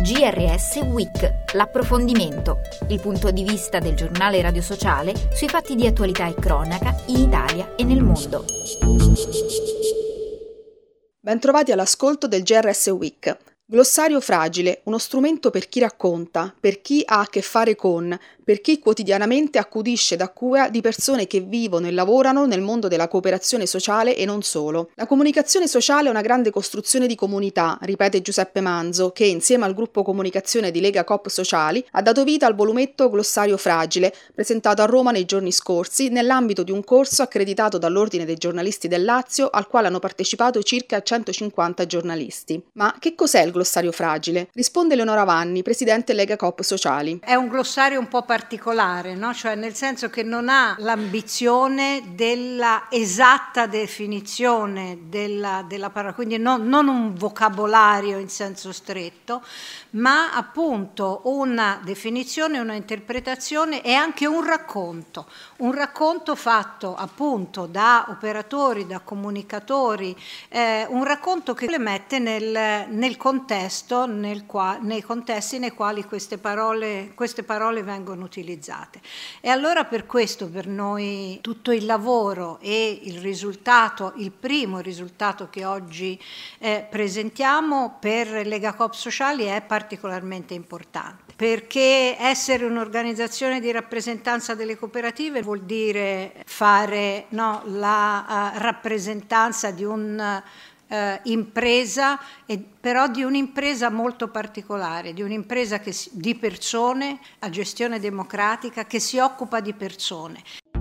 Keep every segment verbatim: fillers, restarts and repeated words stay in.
G R S Week, l'approfondimento, il punto di vista del giornale radio sociale sui fatti di attualità e cronaca in Italia e nel mondo. Bentrovati all'ascolto del G R S Week. Glossario fragile, uno strumento per chi racconta, per chi ha a che fare con, per chi quotidianamente accudisce da cura di persone che vivono e lavorano nel mondo della cooperazione sociale e non solo. La comunicazione sociale è una grande costruzione di comunità, ripete Giuseppe Manzo, che insieme al gruppo comunicazione di Lega Coop Sociali ha dato vita al volumetto Glossario fragile, presentato a Roma nei giorni scorsi nell'ambito di un corso accreditato dall'Ordine dei giornalisti del Lazio al quale hanno partecipato circa centocinquanta giornalisti. Ma che cos'è il glossario fragile? Risponde Eleonora Vanni, presidente Lega Coop Sociali. È un glossario un po' particolare, no? Cioè nel senso che non ha l'ambizione della esatta definizione della, della parola, quindi non, non un vocabolario in senso stretto, ma appunto una definizione, una interpretazione e anche un racconto, un racconto fatto appunto da operatori, da comunicatori, eh, un racconto che le mette nel, nel contesto, nel qua, nei contesti nei quali queste parole, queste parole vengono utilizzate. E allora per questo per noi tutto il lavoro e il risultato, il primo risultato che oggi eh, presentiamo per Lega Coop Sociali è particolarmente importante, perché essere un'organizzazione di rappresentanza delle cooperative vuol dire fare no, la uh, rappresentanza di un Uh, impresa, e però di un'impresa molto particolare, di un'impresa che si, di persone, a gestione democratica, che si occupa di persone.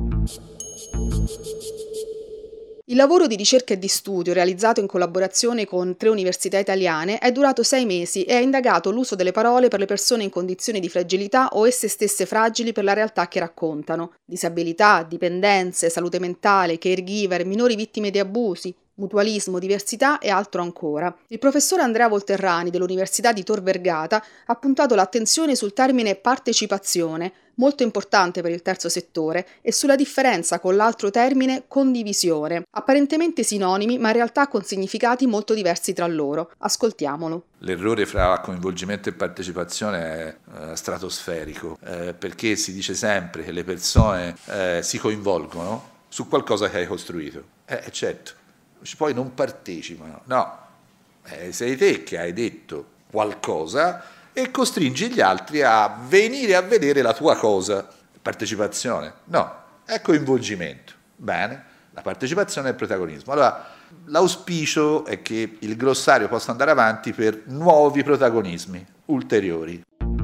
Il lavoro di ricerca e di studio, realizzato in collaborazione con tre università italiane, è durato sei mesi e ha indagato l'uso delle parole per le persone in condizioni di fragilità o esse stesse fragili per la realtà che raccontano. Disabilità, dipendenze, salute mentale, caregiver, minori vittime di abusi, mutualismo, diversità e altro ancora. Il professore Andrea Volterrani dell'Università di Tor Vergata ha puntato l'attenzione sul termine partecipazione, molto importante per il terzo settore, e sulla differenza con l'altro termine condivisione, apparentemente sinonimi ma in realtà con significati molto diversi tra loro. Ascoltiamolo. L'errore fra coinvolgimento e partecipazione è eh, stratosferico, eh, perché si dice sempre che le persone eh, si coinvolgono su qualcosa che hai costruito. Eh, certo. Poi non partecipano, no, eh, sei te che hai detto qualcosa e costringi gli altri a venire a vedere la tua cosa. Partecipazione? No, è coinvolgimento. Bene, la partecipazione è il protagonismo. Allora, l'auspicio è che il glossario possa andare avanti per nuovi protagonismi ulteriori.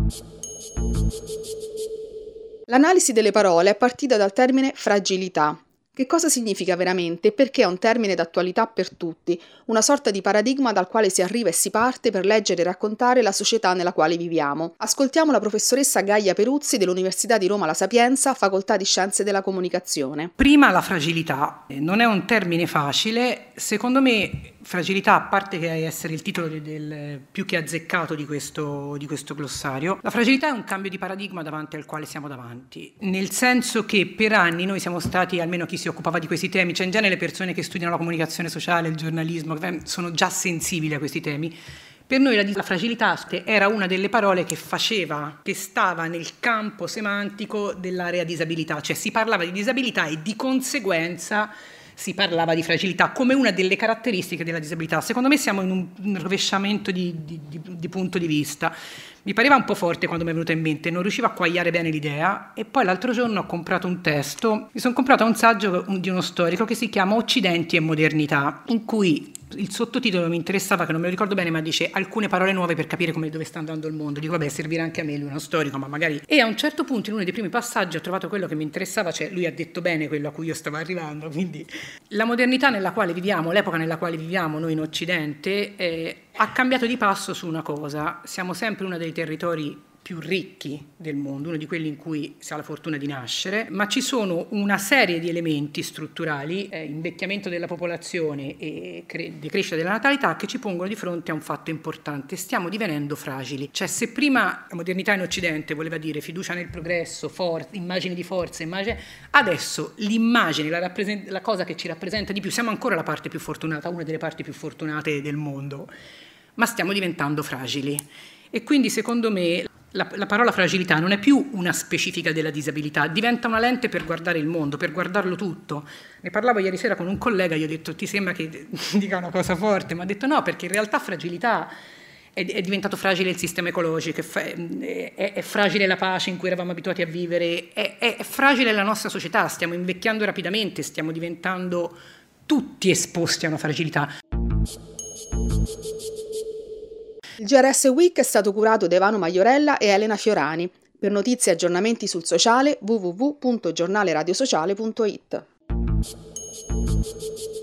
L'analisi delle parole è partita dal termine fragilità. Che cosa significa veramente e perché è un termine d'attualità per tutti, una sorta di paradigma dal quale si arriva e si parte per leggere e raccontare la società nella quale viviamo. Ascoltiamo la professoressa Gaia Peruzzi dell'Università di Roma La Sapienza, Facoltà di Scienze della Comunicazione. Prima la fragilità, non è un termine facile, secondo me fragilità, a parte che essere il titolo del, del più che azzeccato di questo, di questo glossario, la fragilità è un cambio di paradigma davanti al quale siamo davanti, nel senso che per anni noi siamo stati, almeno chi si occupava di questi temi, cioè in genere le persone che studiano la comunicazione sociale, il giornalismo, sono già sensibili a questi temi. Per noi la, la fragilità era una delle parole che faceva, che stava nel campo semantico dell'area disabilità, cioè si parlava di disabilità e di conseguenza si parlava di fragilità come una delle caratteristiche della disabilità. Secondo me siamo in un rovesciamento di, di, di, di punto di vista. Mi pareva un po' forte quando mi è venuto in mente, non riuscivo a quagliare bene l'idea e poi l'altro giorno ho comprato un testo, mi sono comprato un saggio di uno storico che si chiama Occidenti e modernità, in cui il sottotitolo mi interessava, che non me lo ricordo bene, ma dice alcune parole nuove per capire come dove sta andando il mondo. Dico vabbè, servirà anche a me, lui è uno storico, ma magari... E a un certo punto in uno dei primi passaggi ho trovato quello che mi interessava, cioè lui ha detto bene quello a cui io stavo arrivando, quindi la modernità nella quale viviamo, l'epoca nella quale viviamo noi in Occidente, eh, ha cambiato di passo su una cosa. Siamo sempre uno dei territori più ricchi del mondo, uno di quelli in cui si ha la fortuna di nascere, ma ci sono una serie di elementi strutturali, eh, invecchiamento della popolazione e cre- decrescita della natalità, che ci pongono di fronte a un fatto importante: stiamo divenendo fragili. Cioè, se prima la modernità in Occidente voleva dire fiducia nel progresso, for- immagini di forza, immagine, adesso l'immagine, la, rappresent- la cosa che ci rappresenta di più, siamo ancora la parte più fortunata, una delle parti più fortunate del mondo, ma stiamo diventando fragili. E quindi secondo me la, la parola fragilità non è più una specifica della disabilità, diventa una lente per guardare il mondo, per guardarlo tutto. Ne parlavo ieri sera con un collega, gli ho detto ti sembra che dica una cosa forte, ma ha detto no, perché in realtà fragilità è, è diventato fragile il sistema ecologico, è, è, è fragile la pace in cui eravamo abituati a vivere, è, è, è fragile la nostra società, stiamo invecchiando rapidamente, stiamo diventando tutti esposti a una fragilità. Il G R S Week è stato curato da Ivano Maiorella e Elena Fiorani. Per notizie e aggiornamenti sul sociale w w w punto giornale radio sociale punto it.